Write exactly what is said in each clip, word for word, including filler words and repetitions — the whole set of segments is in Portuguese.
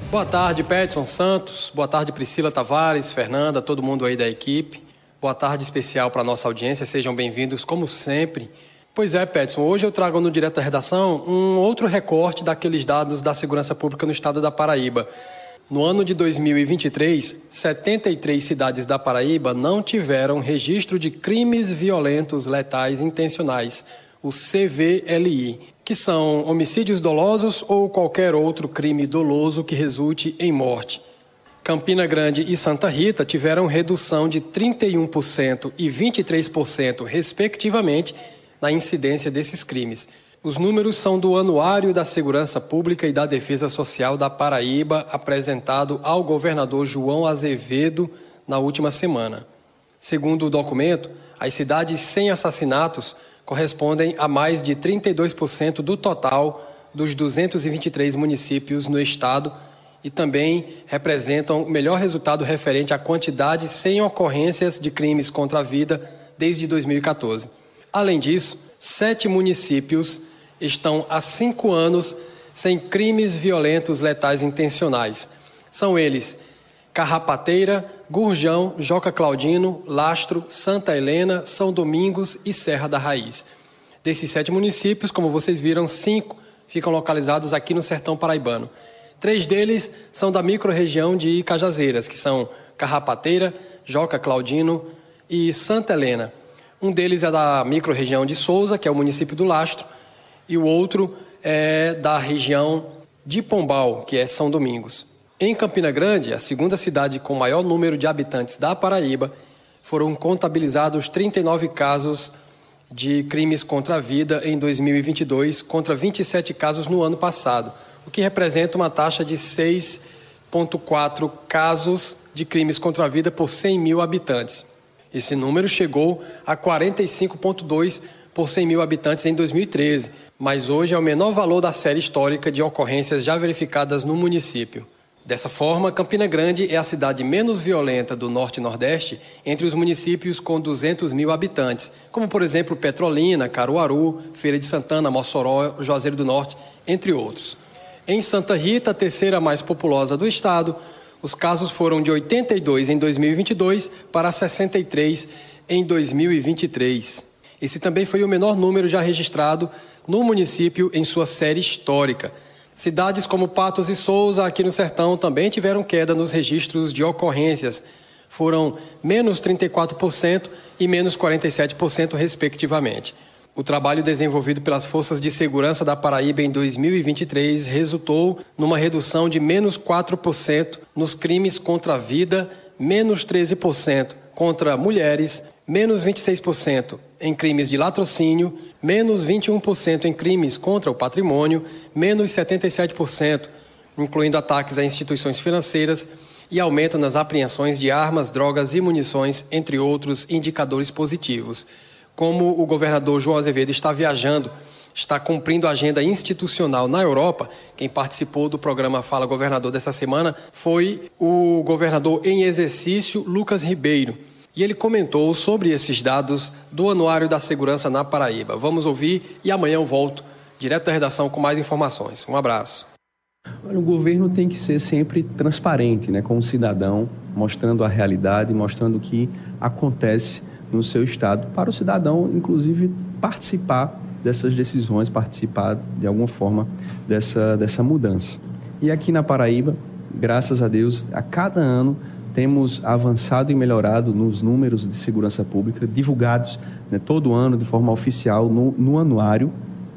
Boa tarde, Peterson Santos. Boa tarde, Priscila Tavares, Fernanda, todo mundo aí da equipe. Boa tarde especial para a nossa audiência. Sejam bem-vindos, como sempre. Pois é, Peterson, hoje eu trago no Direto da Redação um outro recorte daqueles dados da segurança pública no estado da Paraíba. No ano de dois mil e vinte e três, setenta e três cidades da Paraíba não tiveram registro de crimes violentos letais intencionais, o C V L I, que são homicídios dolosos ou qualquer outro crime doloso que resulte em morte. Campina Grande e Santa Rita tiveram redução de trinta e um por cento e vinte e três por cento, respectivamente, na incidência desses crimes. Os números são do Anuário da Segurança Pública e da Defesa Social da Paraíba, apresentado ao governador João Azevedo na última semana. Segundo o documento, as cidades sem assassinatos correspondem a mais de trinta e dois por cento do total dos duzentos e vinte e três municípios no estado e também representam o melhor resultado referente à quantidade sem ocorrências de crimes contra a vida desde dois mil e quatorze. Além disso, sete municípios estão há cinco anos sem crimes violentos letais intencionais. São eles Carrapateira, Gurjão, Joca Claudino, Lastro, Santa Helena, São Domingos e Serra da Raiz. Desses sete municípios, como vocês viram, cinco ficam localizados aqui no sertão paraibano. Três deles são da microrregião de Cajazeiras, que são Carrapateira, Joca Claudino e Santa Helena. Um deles é da microrregião de Souza, que é o município do Lastro, e o outro é da região de Pombal, que é São Domingos. Em Campina Grande, a segunda cidade com maior número de habitantes da Paraíba, foram contabilizados trinta e nove casos de crimes contra a vida em dois mil e vinte e dois, contra vinte e sete casos no ano passado, o que representa uma taxa de seis vírgula quatro casos de crimes contra a vida por cem mil habitantes. Esse número chegou a quarenta e cinco vírgula dois por cem mil habitantes em dois mil e treze, mas hoje é o menor valor da série histórica de ocorrências já verificadas no município. Dessa forma, Campina Grande é a cidade menos violenta do Norte e Nordeste entre os municípios com duzentos mil habitantes, como, por exemplo, Petrolina, Caruaru, Feira de Santana, Mossoró, Juazeiro do Norte, entre outros. Em Santa Rita, a terceira mais populosa do estado, os casos foram de oitenta e dois em dois mil e vinte e dois para sessenta e três em dois mil e vinte e três. Esse também foi o menor número já registrado no município em sua série histórica. Cidades como Patos e Souza, aqui no sertão, também tiveram queda nos registros de ocorrências. Foram menos trinta e quatro por cento e menos quarenta e sete por cento, respectivamente. O trabalho desenvolvido pelas Forças de Segurança da Paraíba em dois mil e vinte e três resultou numa redução de menos quatro por cento nos crimes contra a vida, menos treze por cento contra mulheres, menos vinte e seis por cento em crimes de latrocínio, menos vinte e um por cento em crimes contra o patrimônio, menos setenta e sete por cento, incluindo ataques a instituições financeiras e aumento nas apreensões de armas, drogas e munições, entre outros indicadores positivos. Como o governador João Azevedo está viajando, está cumprindo a agenda institucional na Europa, quem participou do programa Fala Governador dessa semana foi o governador em exercício, Lucas Ribeiro. E ele comentou sobre esses dados do Anuário da Segurança na Paraíba. Vamos ouvir e amanhã eu volto direto da redação com mais informações. Um abraço. O governo tem que ser sempre transparente, né, com o cidadão, mostrando a realidade, mostrando o que acontece no seu estado, para o cidadão, inclusive, participar dessas decisões, participar, de alguma forma, dessa, dessa mudança. E aqui na Paraíba, graças a Deus, a cada ano, temos avançado e melhorado nos números de segurança pública, divulgados, né, todo ano de forma oficial no, no anuário,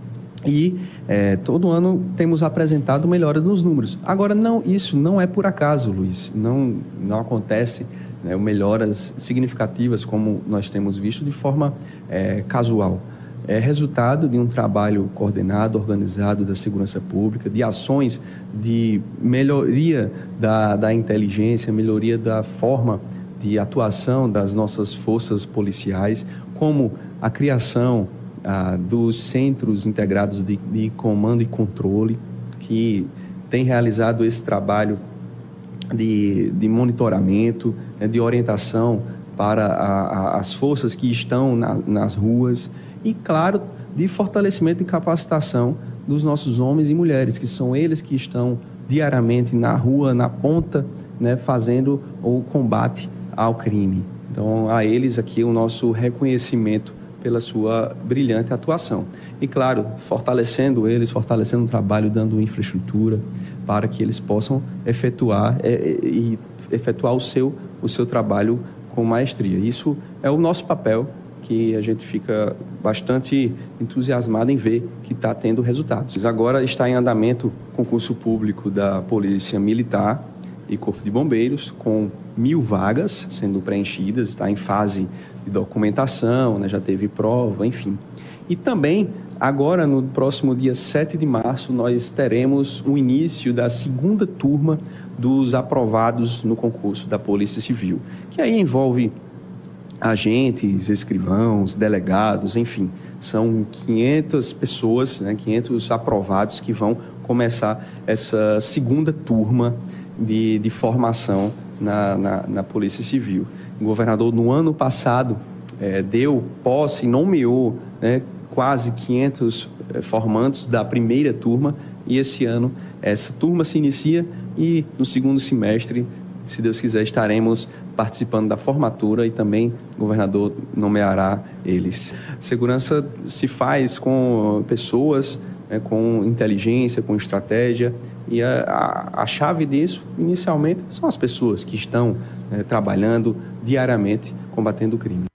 e é, todo ano temos apresentado melhoras nos números. Agora, não, isso não é por acaso, Luiz, não, não acontece, né, melhoras significativas como nós temos visto de forma é, casual. É resultado de um trabalho coordenado, organizado da segurança pública, de ações de melhoria da, da inteligência, melhoria da forma de atuação das nossas forças policiais, como a criação ah, dos centros integrados de, de comando e controle, que tem realizado esse trabalho de, de monitoramento, né, de orientação para a, a, as forças que estão na, nas ruas, e, claro, de fortalecimento e capacitação dos nossos homens e mulheres, que são eles que estão diariamente na rua, na ponta, né, fazendo o combate ao crime. Então, a eles aqui o nosso reconhecimento pela sua brilhante atuação. E, claro, fortalecendo eles, fortalecendo o trabalho, dando infraestrutura para que eles possam efetuar é, e efetuar o seu, o seu trabalho com maestria. Isso é o nosso papel, que a gente fica bastante entusiasmado em ver que está tendo resultados. Agora está em andamento o concurso público da Polícia Militar e Corpo de Bombeiros, com mil vagas sendo preenchidas, está em fase de documentação, né, já teve prova, enfim. E também, agora, no próximo dia sete de março, nós teremos o início da segunda turma dos aprovados no concurso da Polícia Civil, que aí envolve agentes, escrivãos, delegados, enfim, são quinhentas pessoas, né, quinhentos aprovados que vão começar essa segunda turma de, de formação na, na, na Polícia Civil. O governador, no ano passado, é, deu posse e nomeou, né, quase quinhentos é, formandos da primeira turma, e esse ano essa turma se inicia e no segundo semestre, se Deus quiser, estaremos participando da formatura e também o governador nomeará eles. Segurança se faz com pessoas, né, com inteligência, com estratégia, e a, a, a chave disso, inicialmente, são as pessoas que estão, né, trabalhando diariamente combatendo o crime.